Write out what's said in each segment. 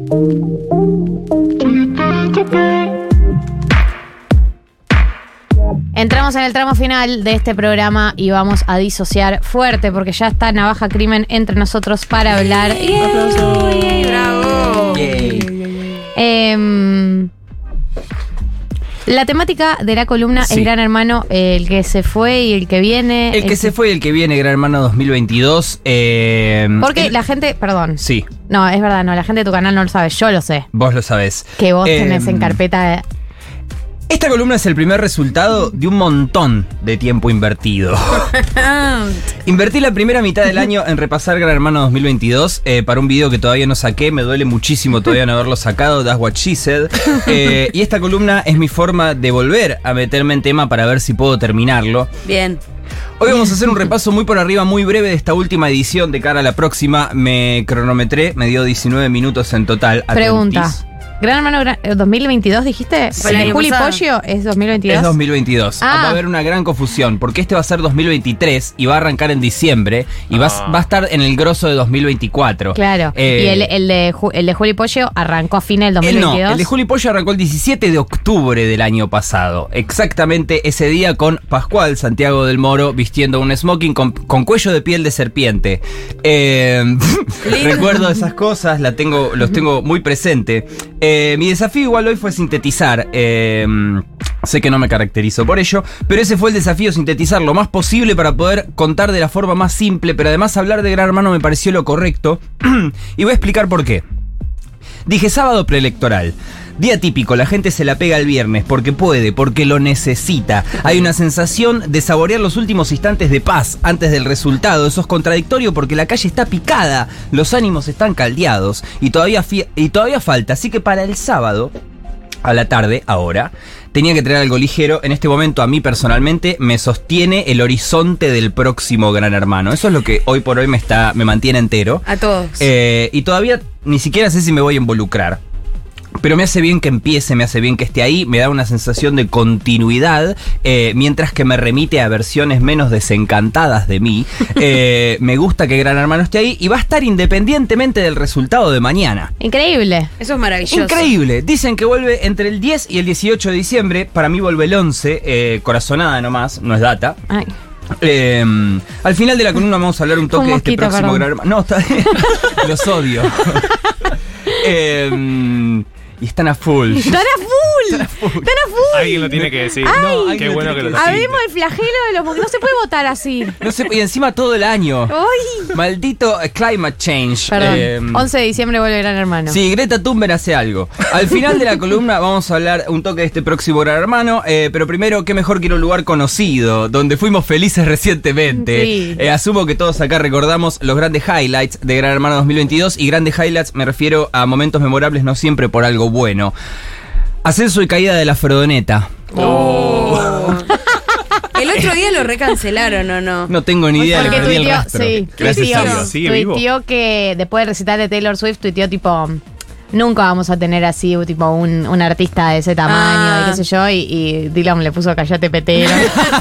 Entramos en el tramo final de este programa y vamos a disociar fuerte porque ya está Navaja Crimen entre nosotros para hablar. ¡Yay! ¡Bravo! La temática de la columna es Gran Hermano, el que se fue y el que viene. El que se fue y el que viene, Gran Hermano 2022. Porque la gente, perdón. Sí. No, es verdad, no, la gente de tu canal no lo sabe, yo lo sé. Vos lo sabés. Que vos tenés en carpeta. Esta columna es el primer resultado de un montón de tiempo invertido. Invertí la primera mitad del año en repasar Gran Hermano 2022 para un video que todavía no saqué. Me duele muchísimo todavía no haberlo sacado. That's what she said. Y esta columna es mi forma de volver a meterme en tema para ver si puedo terminarlo. Bien. Hoy vamos a hacer un repaso muy por arriba, muy breve de esta última edición de cara a la próxima. Me cronometré, me dio 19 minutos en total. Pregunta. Atentis. Gran Hermano 2022, dijiste. Sí. ¿El Juli Pollo es 2022? Es 2022. Ah. Va a haber una gran confusión, porque este va a ser 2023 y va a arrancar en diciembre y va a estar en el grosso de 2024. Claro. ¿Y el de Juli Pollo arrancó a fines del 2022? No, el de Juli Pollo arrancó el 17 de octubre del año pasado. Exactamente ese día con Pascual Santiago del Moro vistiendo un smoking con cuello de piel de serpiente. Recuerdo esas cosas, los tengo muy presente. Mi desafío igual hoy fue sintetizar. Sé que no me caracterizo por ello, pero ese fue el desafío, sintetizar lo más posible para poder contar de la forma más simple, pero además hablar de Gran Hermano me pareció lo correcto. Y voy a explicar por qué. Dije sábado preelectoral. Día típico, la gente se la pega el viernes porque puede, porque lo necesita. Hay una sensación de saborear los últimos instantes de paz antes del resultado. Eso es contradictorio porque la calle está picada, los ánimos están caldeados y todavía falta. Así que para el sábado, a la tarde, ahora, tenía que traer algo ligero. En este momento, a mí personalmente, me sostiene el horizonte del próximo Gran Hermano. Eso es lo que hoy por hoy me mantiene entero. A todos. Y todavía ni siquiera sé si me voy a involucrar. Pero me hace bien que empiece, me hace bien que esté ahí, me da una sensación de continuidad, mientras que me remite a versiones menos desencantadas de mí. Me gusta que Gran Hermano esté ahí y va a estar independientemente del resultado de mañana. Increíble. Eso es maravilloso. Increíble. Dicen que vuelve entre el 10 y el 18 de diciembre. Para mí vuelve el 11, corazonada nomás, no es data. Ay. Al final de la columna vamos a hablar un toque Un de este mosquito, próximo perdón. Gran Hermano. No, está bien. Los odio. Y están a full. ¡Están a full! ¡Están a full! Alguien lo tiene que decir. Ay. Qué bueno que lo Sí. Habemos el flagelo de los mosquitos. No se puede votar así. No sé, y encima todo el año. ¡Ay! Maldito climate change. Perdón. 11 de diciembre vuelve Gran Hermano. Sí, Greta Thunberg hace algo. Al final de la columna vamos a hablar un toque de este próximo Gran Hermano, pero primero, qué mejor que ir a un lugar conocido, donde fuimos felices recientemente. Sí. Asumo que todos acá recordamos los grandes highlights de Gran Hermano 2022, y grandes highlights me refiero a momentos memorables, no siempre por algo bueno. Ascenso y caída de la Frodoneta. El otro día lo recancelaron, ¿o no? No tengo ni idea, le Porque perdí el tuiteó, rastro. sí, Gracias a Dios. Sigue vivo. tuiteó que después del recital de Taylor Swift, tuiteó tipo, nunca vamos a tener así tipo un artista de ese tamaño y qué sé yo, y Dylan le puso callate petero.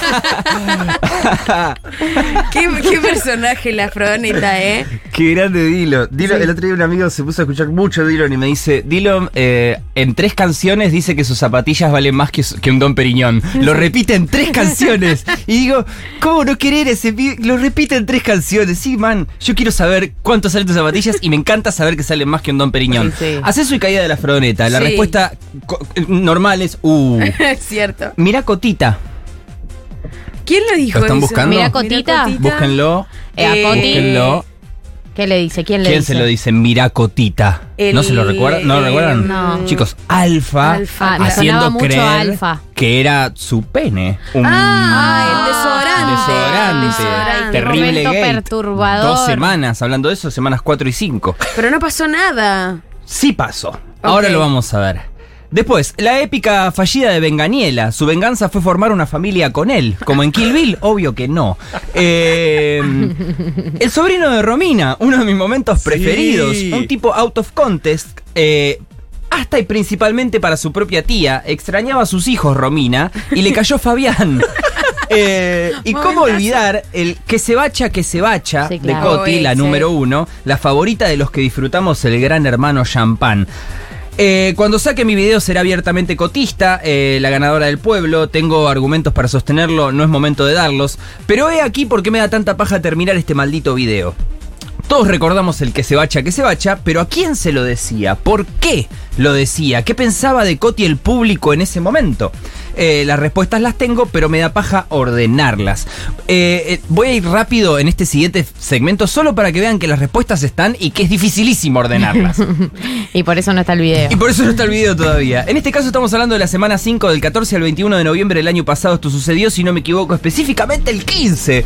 ¿Qué personaje la Frodoneta, ¿eh? Qué grande Dylan. Dylan, Sí. El otro día un amigo se puso a escuchar mucho Dylan y me dice, Dylan en 3 canciones dice que sus zapatillas valen más que un Dom Perignon. Lo repite en 3 canciones. Y digo, ¿cómo no querer ese pibe? Lo repite en 3 canciones. Sí, man, yo quiero saber cuánto salen tus zapatillas y me encanta saber que salen más que un Dom Perignon. Sí, sí. Ascenso y caída de la Frodoneta. La Sí. respuesta normal es, Es cierto. mirá Cotita. ¿Quién lo dijo? ¿Lo están eso? buscando? Mirá Cotita. Búsquenlo. A Coti, Búsquenlo. ¿qué le dice? ¿Quién le ¿Quién dice? se lo dice? Mirá Cotita. ¿No se lo recuerdan? ¿No lo recuerdan? No. Chicos, Alfa, Alfa. Me haciendo sonaba mucho creer Alfa. que era su pene. Un El desodorante. desodorante. Terrible Momento gate. perturbador. 2 semanas, hablando de eso, semanas 4 y 5. Pero no pasó nada. Sí pasó. Ahora Ok. lo vamos a ver. Después, la épica fallida de Benganiela. Su venganza fue formar una familia con él. Como en Kill Bill, obvio que no. El sobrino de Romina, uno de mis momentos preferidos. Un tipo out of contest. Hasta y principalmente para su propia tía. Extrañaba a sus hijos, Romina, y le cayó Fabián. Y Muy cómo bien, olvidar el que se bacha Sí, de claro. Coti, Uy, la sí. número 1, la favorita de los que disfrutamos el Gran Hermano Champán. Cuando saque mi video será abiertamente cotista, la ganadora del pueblo, tengo argumentos para sostenerlo, no es momento de darlos, pero he aquí por qué me da tanta paja terminar este maldito video. Todos recordamos el que se bacha, pero ¿a quién se lo decía? ¿Por qué lo decía? ¿Qué pensaba de Coti el público en ese momento? Las respuestas las tengo, pero me da paja ordenarlas. Voy a ir rápido en este siguiente segmento solo para que vean que las respuestas están y que es dificilísimo ordenarlas. Y por eso no está el video. Y por eso no está el video todavía. En este caso estamos hablando de la semana 5 del 14 al 21 de noviembre del año pasado. Esto sucedió, si no me equivoco, específicamente el 15.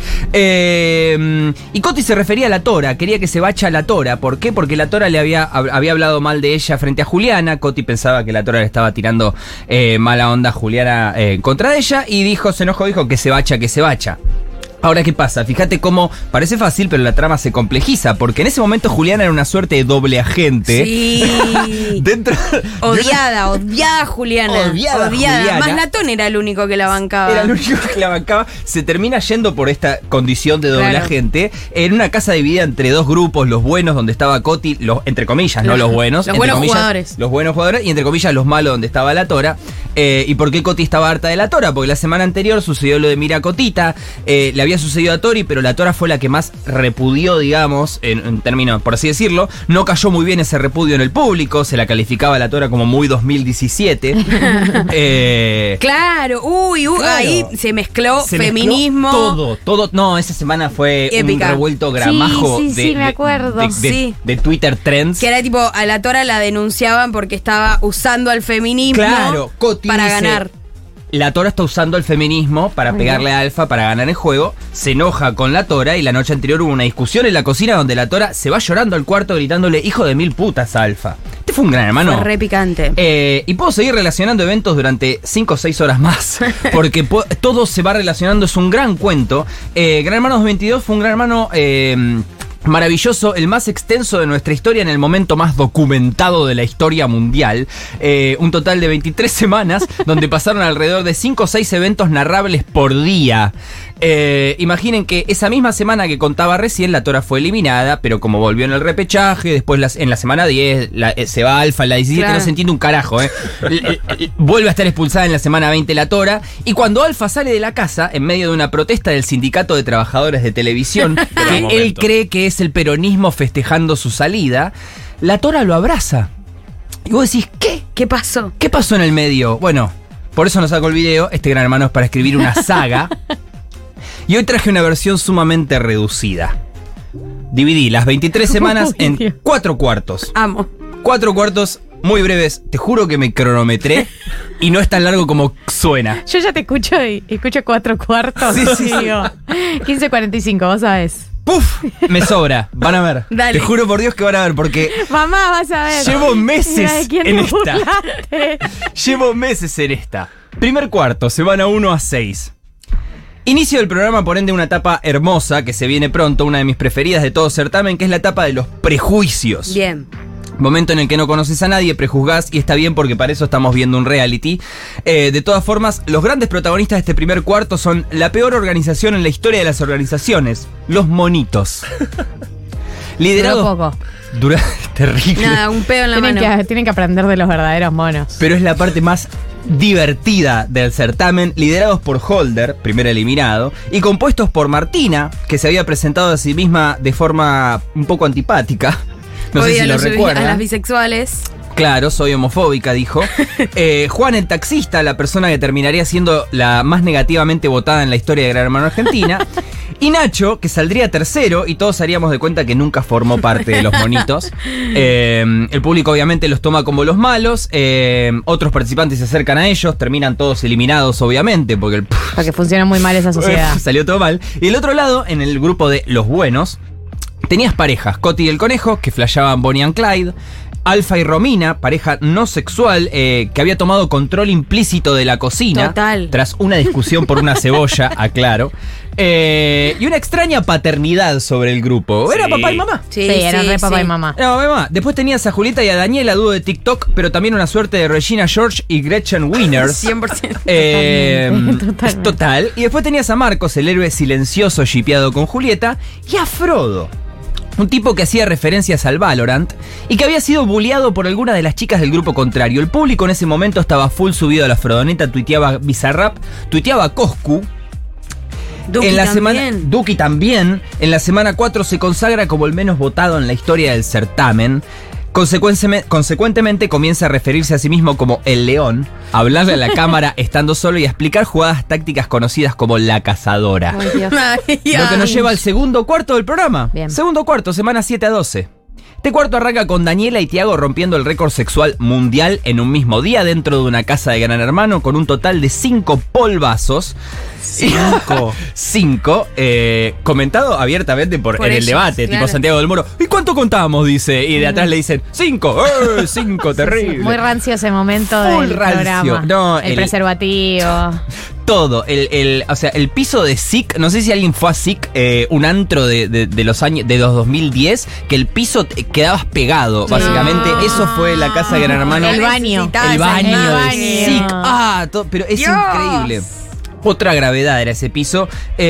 Y Coti se refería a la Tora, quería que se bacha la Tora. ¿Por qué? Porque la Tora le había hablado mal de ella frente a Juliana. Coti pensaba que la Tora le estaba tirando mala onda a Juliana en contra de ella y se enojó, dijo que se bacha. Ahora, ¿qué pasa? Fíjate cómo parece fácil, pero la trama se complejiza, porque en ese momento Juliana era una suerte de doble agente. Sí. Dentro, Odiada Juliana. Odiada Juliana. Más Latón era el único que la bancaba. Era el único que la bancaba. Se termina yendo por esta condición de doble Claro. agente en una casa dividida entre dos grupos, los buenos donde estaba Coti, entre comillas, no los buenos. Los entre buenos comillas, jugadores. Los buenos jugadores y entre comillas los malos donde estaba la Tora. ¿Y por qué Coti estaba harta de la Tora? Porque la semana anterior sucedió lo de Mira Cotita, le había sucedido a Tori, pero la Tora fue la que más repudió, digamos, en términos, por así decirlo. No cayó muy bien ese repudio en el público, se la calificaba a la Tora como muy 2017. Claro, Claro. ahí se mezcló Se feminismo. mezcló todo. No, esa semana fue Épica. un revuelto gramajo Sí, me acuerdo. Sí. de Twitter Trends. Que era tipo, a la Tora la denunciaban porque estaba usando al feminismo Claro, Coti para dice, ganar. La Tora está usando el feminismo para pegarle a Alfa para ganar el juego. Se enoja con la Tora y la noche anterior hubo una discusión en la cocina donde la Tora se va llorando al cuarto gritándole hijo de mil putas a Alfa. Este fue un gran hermano. Fue re picante. Y puedo seguir relacionando eventos durante 5 o 6 horas más, porque todo se va relacionando, es un gran cuento. Gran Hermano 2022 fue un gran hermano maravilloso, el más extenso de nuestra historia en el momento más documentado de la historia mundial. Un total de 23 semanas donde pasaron alrededor de 5 o 6 eventos narrables por día. Imaginen que esa misma semana que contaba recién, la Tora fue eliminada, pero como volvió en el repechaje, después en la semana 10 se va Alfa, en la 17 Claro. no se entiende un carajo. Vuelve a estar expulsada en la semana 20 la Tora, y cuando Alfa sale de la casa, en medio de una protesta del Sindicato de Trabajadores de Televisión, que él momento. cree que es el peronismo festejando su salida, la Tora lo abraza. Y vos decís, ¿qué? ¿Qué pasó? ¿Qué pasó en el medio? Bueno, por eso no saco el video. Este Gran Hermano es para escribir una saga. Y hoy traje una versión sumamente reducida. Dividí las 23 semanas Uy, Dios. en 4 cuartos. Amo. 4 cuartos muy breves. Te juro que me cronometré y no es tan largo como suena. Yo ya te escucho y escucho 4 cuartos. Sí, sí, y digo, 15:45, vos sabés. ¡Puf! Me sobra. Van a ver. Dale. Te juro por Dios que van a ver porque Mamá, vas a ver. llevo meses Mira de quién en te esta. burlaste. Llevo meses en esta. Primer cuarto, se van a 1 a 6. Inicio del programa, por ende, una etapa hermosa que se viene pronto, una de mis preferidas de todo certamen, que es la etapa de los prejuicios. Bien. Momento en el que no conoces a nadie, prejuzgás, y está bien porque para eso estamos viendo un reality. De todas formas, los grandes protagonistas de este primer cuarto son la peor organización en la historia de las organizaciones, los monitos. Duró Liderado. poco. Terrible. Nada, un pedo en la mano. Tienen que aprender de los verdaderos monos. Pero es la parte más divertida del certamen, liderados por Holder, primer eliminado, y compuestos por Martina, que se había presentado a sí misma de forma un poco antipática. No sé si lo A recuerdan. las bisexuales. Claro, soy homofóbica, dijo. Juan el taxista, la persona que terminaría siendo la más negativamente votada en la historia de Gran Hermano Argentina. Y Nacho, que saldría tercero y todos haríamos de cuenta que nunca formó parte de los monitos. El público obviamente los toma como los malos. Otros participantes se acercan a ellos, terminan todos eliminados obviamente, porque Porque funciona muy mal esa sociedad. salió todo mal. Y del otro lado, en el grupo de los buenos, tenías parejas, Coti y el Conejo, que flasheaban Bonnie and Clyde. Alfa y Romina, pareja no sexual, que había tomado control implícito de la cocina. Total. Tras una discusión por una cebolla, aclaro. Y una extraña paternidad sobre el grupo. ¿Era Sí. papá y mamá? Sí, eran re papá y mamá. Era papá y mamá. Después tenías a Julieta y a Daniela, dúo de TikTok, pero también una suerte de Regina George y Gretchen Wieners. 100%. Totalmente. Total. Y después tenías a Marcos, el héroe silencioso shipeado con Julieta, y a Frodo. Un tipo que hacía referencias al Valorant y que había sido bulleado por alguna de las chicas del grupo contrario. El público en ese momento estaba full subido a la Frodoneta, tuiteaba Bizarrap, tuiteaba Coscu. Duki En la también. semana, Duki también. En la semana 4 se consagra como el menos votado en la historia del certamen. Consecuentemente comienza a referirse a sí mismo como el león, a hablarle a la cámara estando solo y a explicar jugadas tácticas conocidas como la cazadora. Ay, Dios. Ay, Lo que nos ay. lleva al segundo cuarto del programa. Bien. Segundo cuarto, semana 7 a 12. Este cuarto arranca con Daniela y Tiago rompiendo el récord sexual mundial en un mismo día dentro de una casa de Gran Hermano con un total de 5 polvazos. 5. 5, comentado abiertamente en Por el ellos, debate, claro. tipo Santiago del Moro. ¿Y cuánto contamos? Dice. Y de atrás le dicen 5. 5, terrible. Muy rancio ese momento Full del rancio. programa. No, el el- preservativo. Todo. O sea, el piso de SIC, no sé si alguien fue a SIC, un antro de los años de los 2010, que el piso quedabas pegado. Básicamente, eso fue la casa de Gran Hermano. El baño. Necesitaba El esa baño imagen. de baño. SIC. Ah, pero es Dios. increíble. Otra gravedad era ese piso.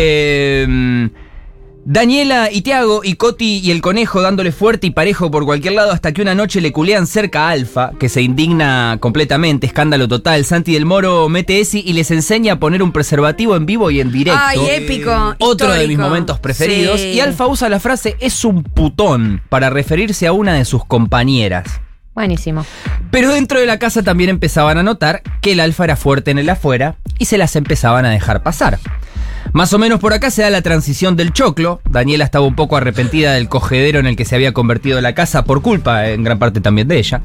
Daniela y Tiago y Coti y el conejo dándole fuerte y parejo por cualquier lado hasta que una noche le culean cerca a Alfa, que se indigna completamente, escándalo total. Santi del Moro mete esi y les enseña a poner un preservativo en vivo y en directo. Ay, épico. Otro de mis histórico. momentos preferidos. Sí. Y Alfa usa la frase "es un putón" para referirse a una de sus compañeras. Buenísimo. Pero dentro de la casa también empezaban a notar que el Alfa era fuerte en el afuera y se las empezaban a dejar pasar. Más o menos por acá se da la transición del choclo. Daniela estaba un poco arrepentida del cogedero en el que se había convertido la casa por culpa, en gran parte también de ella.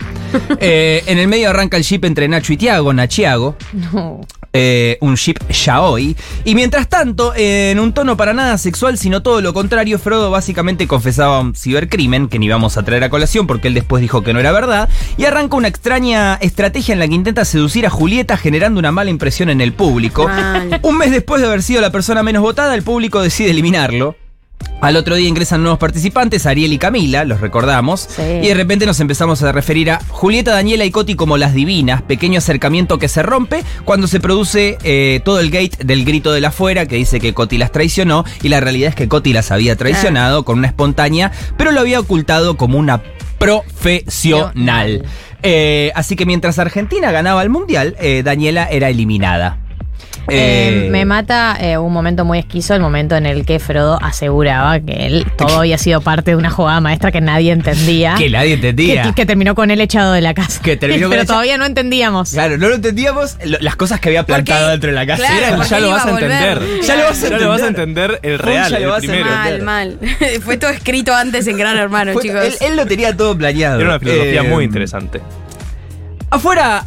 En el medio arranca el ship entre Nacho y Tiago, Nachiago. No. Un ship yaoi. Y mientras tanto, en un tono para nada sexual, sino todo lo contrario, Frodo básicamente confesaba un cibercrimen, que ni vamos a traer a colación porque él después dijo que no era verdad, y arranca una extraña estrategia en la que intenta seducir a Julieta generando una mala impresión en el público. Mal. Un mes después de haber sido la persona menos votada, el público decide eliminarlo. Al otro día ingresan nuevos participantes, Ariel y Camila, los recordamos. Sí. Y de repente nos empezamos a referir a Julieta, Daniela y Coti como las divinas. Pequeño acercamiento que se rompe cuando se produce todo el gate del grito de la afuera que dice que Coti las traicionó. Y la realidad es que Coti las había traicionado con una espontánea, pero lo había ocultado como una profesional. Así que mientras Argentina ganaba el mundial, Daniela era eliminada. Me mata un momento muy esquizo, el momento en el que Frodo aseguraba que todo había sido parte de una jugada maestra que nadie entendía. Que nadie entendía. Que terminó con él echado de la casa. Que terminó con Pero él todavía no entendíamos. Claro, no lo entendíamos, las cosas que había plantado Porque- dentro de la casa. claro, Eran- porque Ya lo él vas iba a a volver. entender. Ya lo vas a Ya lo vas a entender. entender el Ya real, lo el vas a primero. entender. Mal. Fue todo escrito antes en Gran Hermano, Fue- chicos. él lo tenía todo planeado. Era una filosofía muy interesante. Afuera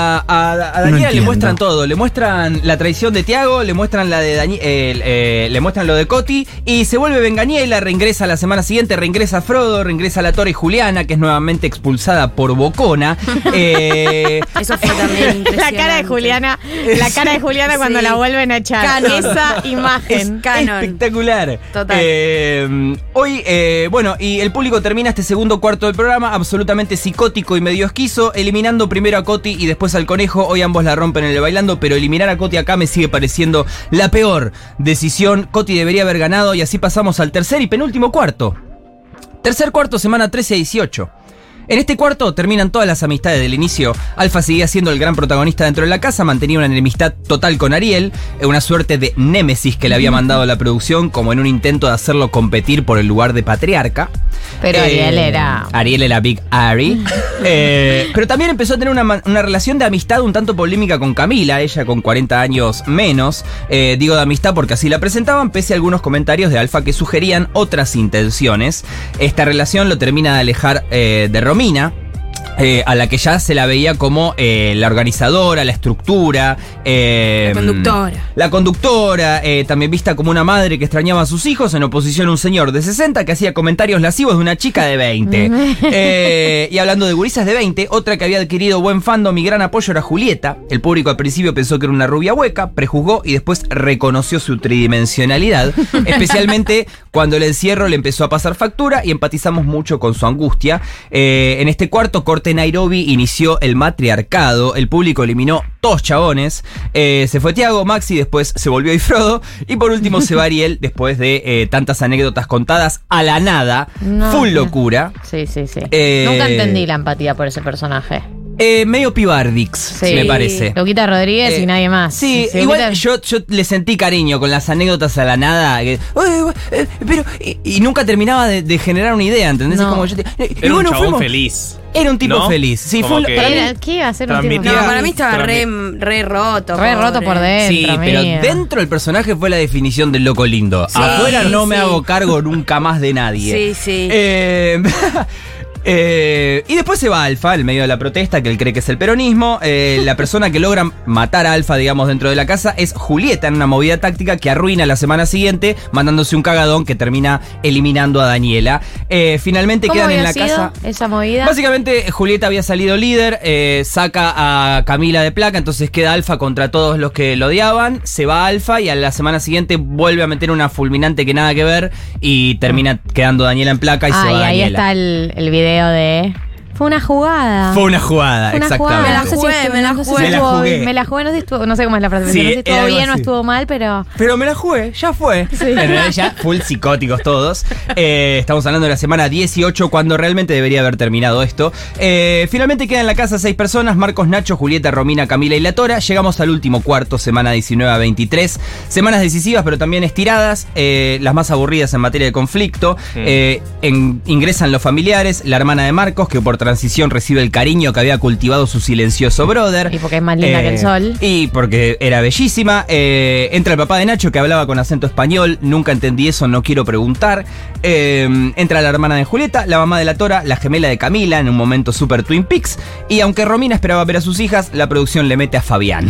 a Daniela le entiendo. muestran todo, le muestran la traición de Tiago, le muestran la de le muestran lo de Coti y se vuelve Benganiela, reingresa la semana siguiente, reingresa Frodo, reingresa la Torre Juliana, que es nuevamente expulsada por Bocona. Eso fue también impresionante. La cara de Juliana cuando Sí. la vuelven a echar. Canon. Esa imagen. Canon. Espectacular. Total. Hoy, bueno, y el público termina este segundo cuarto del programa absolutamente psicótico y medio esquizo, eliminando primero a Coti y después al conejo. Hoy ambos la rompen en el bailando, pero eliminar a Coti acá me sigue pareciendo la peor decisión. Coti debería haber ganado y así pasamos al tercer y penúltimo cuarto. Tercer cuarto, semana 13 a 18. En este cuarto terminan todas las amistades del inicio. Alfa seguía siendo el gran protagonista dentro de la casa, mantenía una enemistad total con Ariel, una suerte de némesis que le había mandado la producción, como en un intento de hacerlo competir por el lugar de patriarca. Pero Ariel era... Ariel era Big Ari. Pero también empezó a tener una relación de amistad un tanto polémica con Camila, ella con 40 años menos. Digo de amistad porque así la presentaban, pese a algunos comentarios de Alfa que sugerían otras intenciones. Esta relación lo termina de alejar de Romina. a la que ya se la veía como la organizadora, la estructura. La conductora. La conductora, también vista como una madre que extrañaba a sus hijos, en oposición a un señor de 60 que hacía comentarios lascivos de una chica de 20. Y hablando de gurisas de 20, otra que había adquirido buen fandom y gran apoyo era Julieta. El público al principio pensó que era una rubia hueca, prejuzgó y después reconoció su tridimensionalidad, especialmente cuando el encierro le empezó a pasar factura y empatizamos mucho con su angustia. En este cuarto corte Nairobi inició el matriarcado, el público eliminó todos chabones, se fue Tiago, Maxi, después se volvió y Frodo, y por último se va Ariel después de tantas anécdotas contadas a la nada, full locura. Sí. Nunca entendí la empatía por ese personaje. Medio pibardix, me parece. Loquita Rodríguez y nadie más. Sí, igual yo le sentí cariño con las anécdotas a la nada, pero y nunca terminaba de generar una idea, ¿entendés? No. Como Era un chabón feliz. Era un tipo ¿no? feliz. Sí, Como que para mí, ¿Qué iba a ser un tipo? transmitía- No, para mí estaba re roto. Re pobre. roto por dentro. sí, pero amiga. dentro del personaje fue la definición del loco lindo. Sí, Afuera no me sí. hago cargo nunca más de nadie. Sí. Y después se va Alfa, en medio de la protesta, que él cree que es el peronismo. La persona que logra matar a Alfa, digamos, dentro de la casa es Julieta, en una movida táctica que arruina la semana siguiente, mandándose un cagadón que termina eliminando a Daniela. Finalmente ¿Cómo quedan en había la sido casa. esa movida? Básicamente, Julieta había salido líder, saca a Camila de placa, entonces queda Alfa contra todos los que lo odiaban, se va Alfa y a la semana siguiente vuelve a meter una fulminante que nada que ver y termina quedando Daniela en placa y se va y ahí Daniela. está el video de... Fue una jugada. Fue una jugada, exactamente. Me la jugué, me la jugué. Me la jugué. Me la jugué, no sé si estuvo, no sé cómo es la frase, Sí, no sé si estuvo era algo bien o así. estuvo mal, pero... Pero me la jugué, ya fue. En realidad ya full psicóticos todos. Estamos hablando de la semana 18, cuando realmente debería haber terminado esto. Finalmente quedan en la casa 6 personas: Marcos, Nacho, Julieta, Romina, Camila y La Tora. Llegamos al último cuarto, semana 19 a 23. Semanas decisivas, pero también estiradas. Las más aburridas en materia de conflicto. Ingresan los familiares, la hermana de Marcos, que por transición recibe el cariño que había cultivado su silencioso brother. Y porque es más linda que el sol. Y porque era bellísima. Entra el papá de Nacho, que hablaba con acento español. Nunca entendí eso, no quiero preguntar. Entra la hermana de Julieta, la mamá de La Tora, la gemela de Camila, en un momento super Twin Peaks. Y aunque Romina esperaba ver a sus hijas, la producción le mete a Fabián.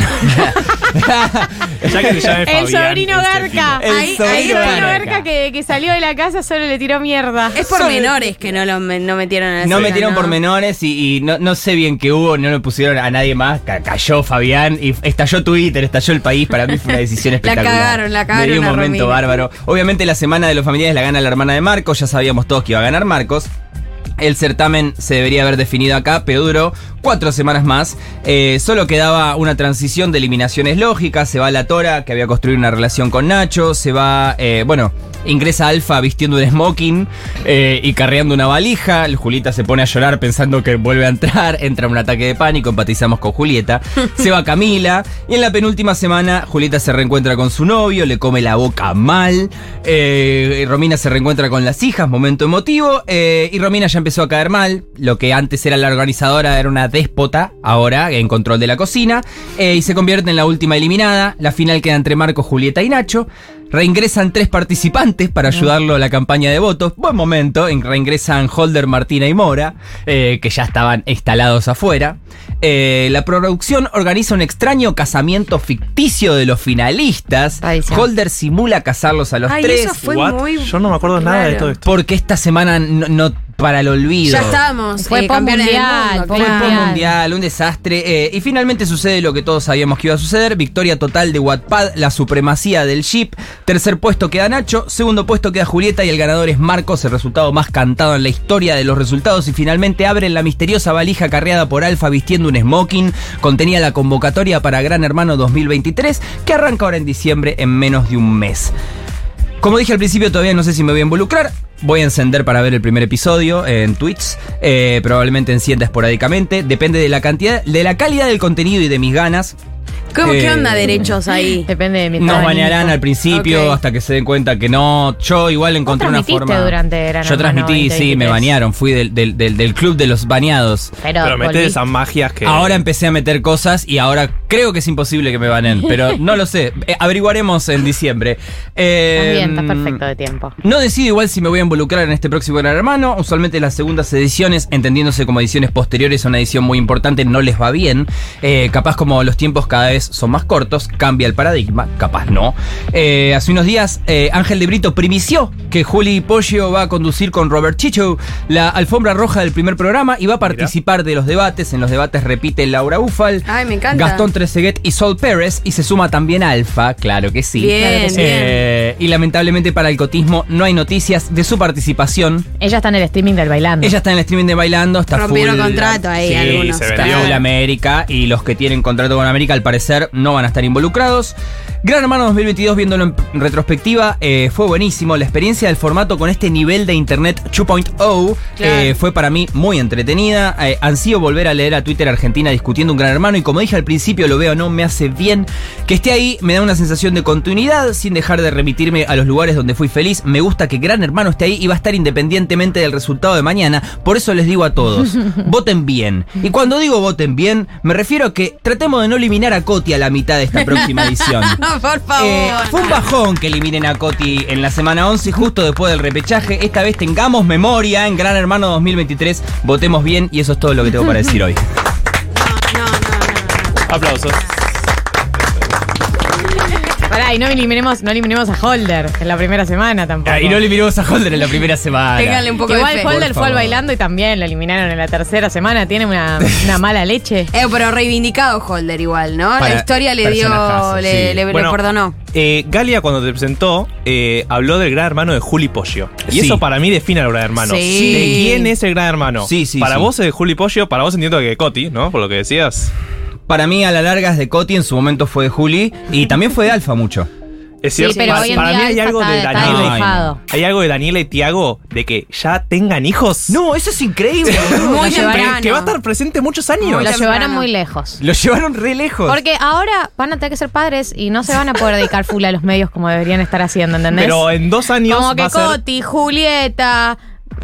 Ya que se llame El Fabián, sobrino este Garca. tipo. Ahí- El ahí sobrino va. Garca que salió de la casa solo le tiró mierda. Es por menores que no metieron a la No escena, metieron ¿no? por menores y no sé bien qué hubo, no le pusieron a nadie más. Cayó Fabián y estalló Twitter, estalló el país. Para mí fue una decisión espectacular. La cagaron Me dio un a momento Romina. bárbaro. Obviamente la semana de los familiares la gana la hermana de Marcos. Ya sabíamos todos que iba a ganar Marcos. El certamen se debería haber definido acá, pero duró 4 semanas más. Solo quedaba una transición de eliminaciones lógicas. Se va La Tora, que había construido una relación con Nacho. Se va, ingresa Alfa vistiendo un smoking y carreando una valija. Julieta se pone a llorar pensando que vuelve a entrar. Entra un ataque de pánico, empatizamos con Julieta. Se va Camila. Y en la penúltima semana, Julieta se reencuentra con su novio, le come la boca mal. Romina se reencuentra con las hijas, momento emotivo. Y Romina ya empezó a caer mal. Lo que antes era la organizadora era una déspota, ahora en control de la cocina. Y se convierte en la última eliminada. La final queda entre Marcos, Julieta y Nacho. Reingresan 3 participantes para ayudarlo a la campaña de votos. Buen momento. Reingresan Holder, Martina y Mora, que ya estaban instalados afuera. La producción organiza un extraño casamiento ficticio de los finalistas. Tradición. Holder simula casarlos a los Ay, 3. eso fue What? muy Yo no me acuerdo nada de raro. todo esto. Porque esta semana no para el olvido. Ya estábamos. Fue campeones del mundial, mundo, fue Fue claro. el mundial, un desastre. Y finalmente sucede lo que todos sabíamos que iba a suceder. Victoria total de Wattpad, la supremacía del ship. Tercer puesto queda Nacho, segundo puesto queda Julieta y el ganador es Marcos, el resultado más cantado en la historia de los resultados. Y finalmente abren la misteriosa valija carreada por Alfa vistiendo un smoking. Contenía la convocatoria para Gran Hermano 2023, que arranca ahora en diciembre en menos de un mes. Como dije al principio, todavía no sé si me voy a involucrar. Voy a encender para ver el primer episodio en Twitch. Probablemente encienda esporádicamente. Depende de la cantidad, de la calidad del contenido y de mis ganas. ¿Cómo qué onda derechos ahí? Depende de mi Nos bañarán al principio Ok. hasta que se den cuenta que no. Yo igual encontré una transmitiste forma. durante Gran Yo Hermano transmití, sí, 2023. me bañaron. Fui del club de los bañados. Pero metés volví. esas magias que. Ahora empecé a meter cosas y ahora creo que es imposible que me banen, pero no lo sé. Averiguaremos en diciembre. Estás bien, estás perfecto de tiempo. No decido igual si me voy a involucrar en este próximo Gran Hermano. Usualmente las segundas ediciones, entendiéndose como ediciones posteriores a una edición muy importante, no les va bien. Capaz como los tiempos cada vez son más cortos, cambia el paradigma. Capaz no. Hace unos días, Ángel de Brito primició que Juli Poggio va a conducir con Robert Chicho la alfombra roja del primer programa y va a participar de los debates. En los debates repite Laura Ufal, Ay, me encanta. Gastón Trezeguet y Sol Pérez, y se suma también Alfa, claro que sí. Bien, Claro que sí. bien. Y lamentablemente para el cotismo no hay noticias de su participación. Ella está en el streaming del bailando. Ella está en el streaming de Bailando, está Rompieron full, contrato ahí sí, algunos. se está vendió. full América, y los que tienen contrato con América al parecer no van a estar involucrados. Gran Hermano 2022, viéndolo en retrospectiva, fue buenísimo. La experiencia del formato con este nivel de Internet 2.0 Claro. fue para mí muy entretenida. Ansío volver a leer a Twitter Argentina discutiendo un Gran Hermano, y como dije al principio, lo veo, no me hace bien que esté ahí. Me da una sensación de continuidad sin dejar de remitirme a los lugares donde fui feliz. Me gusta que Gran Hermano esté ahí y va a estar independientemente del resultado de mañana. Por eso les digo a todos, voten bien. Y cuando digo voten bien, me refiero a que tratemos de no eliminar a Coti a la mitad de esta próxima edición. Por favor. Fue un bajón que eliminen a Coti en la semana 11, justo después del repechaje. Esta vez tengamos memoria en Gran Hermano 2023. Votemos bien, y eso es todo lo que tengo para decir hoy. No. Aplausos. Pará, y no eliminemos a Holder en la primera semana tampoco. Y no eliminamos a Holder en la primera semana. Ténganle un poco Que de igual fe. Holder Por fue al favor. bailando y también lo eliminaron en la tercera semana. Tiene una mala leche. Pero reivindicado Holder igual, ¿no? Para La historia le dio, personajazo, le, sí. le Bueno, perdonó. Galia, cuando te presentó, habló del Gran Hermano de Juli Poggio. Y Sí. eso para mí define al Gran Hermano. Sí. ¿De quién es el Gran Hermano? Sí, sí, Para sí. vos es de Juli Poggio, para vos entiendo que Coti, ¿no? Por lo que decías. Para mí, a la larga es de Coti, en su momento fue de Juli, y también fue de Alfa mucho. Es cierto, Sí, pero para, hoy en para día mí hay Alfa algo de está Daniela. enojado. Hay algo de Daniela y Tiago de que ya tengan hijos. No, eso es increíble. Muy Lo temprano. que va a estar presente muchos años. Muy Lo temprano. llevaron muy lejos. Lo llevaron re lejos. Porque ahora van a tener que ser padres y no se van a poder dedicar full a los medios como deberían estar haciendo, ¿entendés? Pero en 2 años como va que a ser... Coti, Julieta,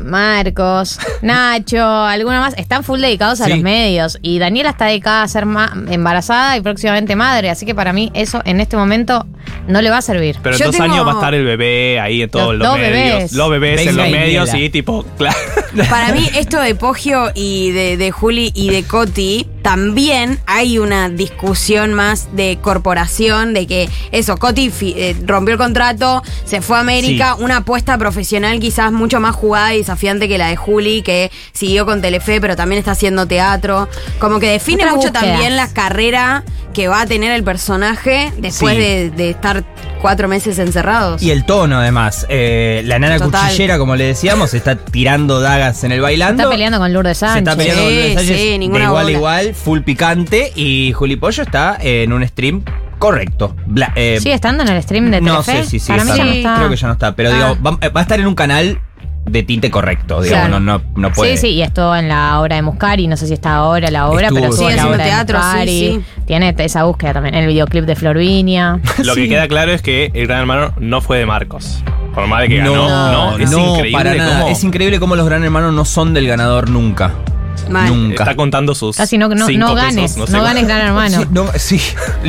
Marcos, Nacho, alguna más, están full dedicados a Sí. los medios. Y Daniela está dedicada a ser embarazada y próximamente madre. Así que para mí eso en este momento no le va a servir. Pero en Yo 2 tengo- años va a estar el bebé ahí en todos Los los dos medios. bebés. Los bebés en los Venga y medios, Nela. sí, tipo, claro. Para mí, esto de Poggio y de Juli y de Coti, también hay una discusión más de corporación, de que eso, Coti rompió el contrato, se fue a América, una apuesta profesional quizás mucho más jugada y desafiante que la de Juli, que siguió con Telefe, pero también está haciendo teatro. Como que define Otras mucho búsquedas. también la carrera que va a tener el personaje después Sí. de estar 4 meses encerrados. Y el tono, además. La nana Total. cuchillera, como le decíamos, está tirando dagas en el bailando. Está peleando con Lourdes Se Sánchez. está peleando con Sí, Lourdes Sánchez sí, de ninguna igual a bola. igual, full picante. Y Juli Pollo está en un stream correcto. ¿Sigue estando en el stream de no Telefe? sé si Para mí ya no Sí. está. Creo que ya no está. Pero digo, va a estar en un canal de tinte correcto. Digamos, Claro. no puede. Sí, sí, y estuvo en la obra de Muscari, no sé si está ahora la obra, Estuvo, pero estuvo sí, en la haciendo obra teatro, de Muscari. sí, Tiene esa búsqueda también, en el videoclip de Florvinia. Lo que queda claro es que el Gran Hermano no fue de Marcos. Por más de que ganó, No, es increíble para nada. cómo Es increíble cómo los Gran Hermanos no son del ganador nunca. Mal. Nunca. está contando sus Casi no 5 ganes, pesos, no sé ganes Gran Hermano. Sí.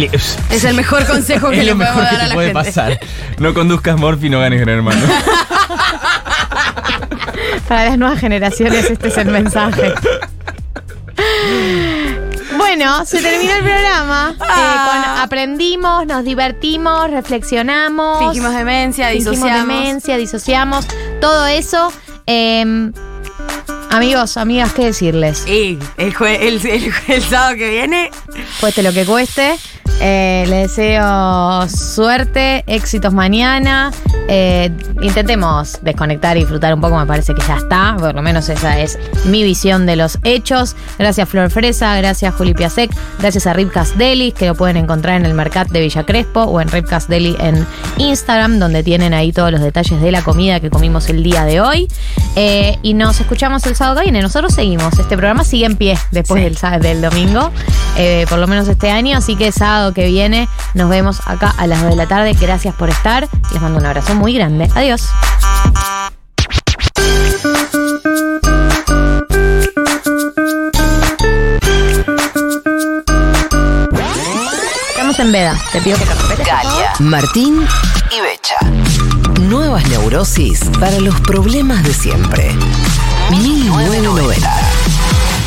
Es el mejor consejo que Es le lo podemos mejor que dar a te la puede gente. pasar. No conduzcas Morphy y no ganes Gran Hermano. Para las nuevas generaciones este es el mensaje. Bueno, se terminó el programa. Aprendimos, nos divertimos, reflexionamos. Fingimos demencia, Fingimos disociamos. demencia, disociamos. Todo eso. Amigos, amigas, ¿qué decirles? Y el sábado que viene, Cueste lo que cueste. Les deseo suerte, éxitos mañana. Intentemos desconectar y disfrutar un poco, me parece que ya está. Por lo menos esa es mi visión de los hechos. Gracias Flor Fresa, gracias Juli Piasek, gracias a Ripcast Deli, que lo pueden encontrar en el Mercat de Villa Crespo o en Ripcast Deli en Instagram, donde tienen ahí todos los detalles de la comida que comimos el día de hoy. Y nos escuchamos el sábado que viene. Nosotros seguimos. Este programa sigue en pie después del domingo, por lo menos este año. Así que sábado sábado que viene. Nos vemos acá a las 2 de la tarde. Gracias por estar. Les mando un abrazo muy grande. Adiós. Estamos en veda. Te pido que te respetes. Galia, Martín y Becha. Nuevas neurosis para los problemas de siempre. 1990.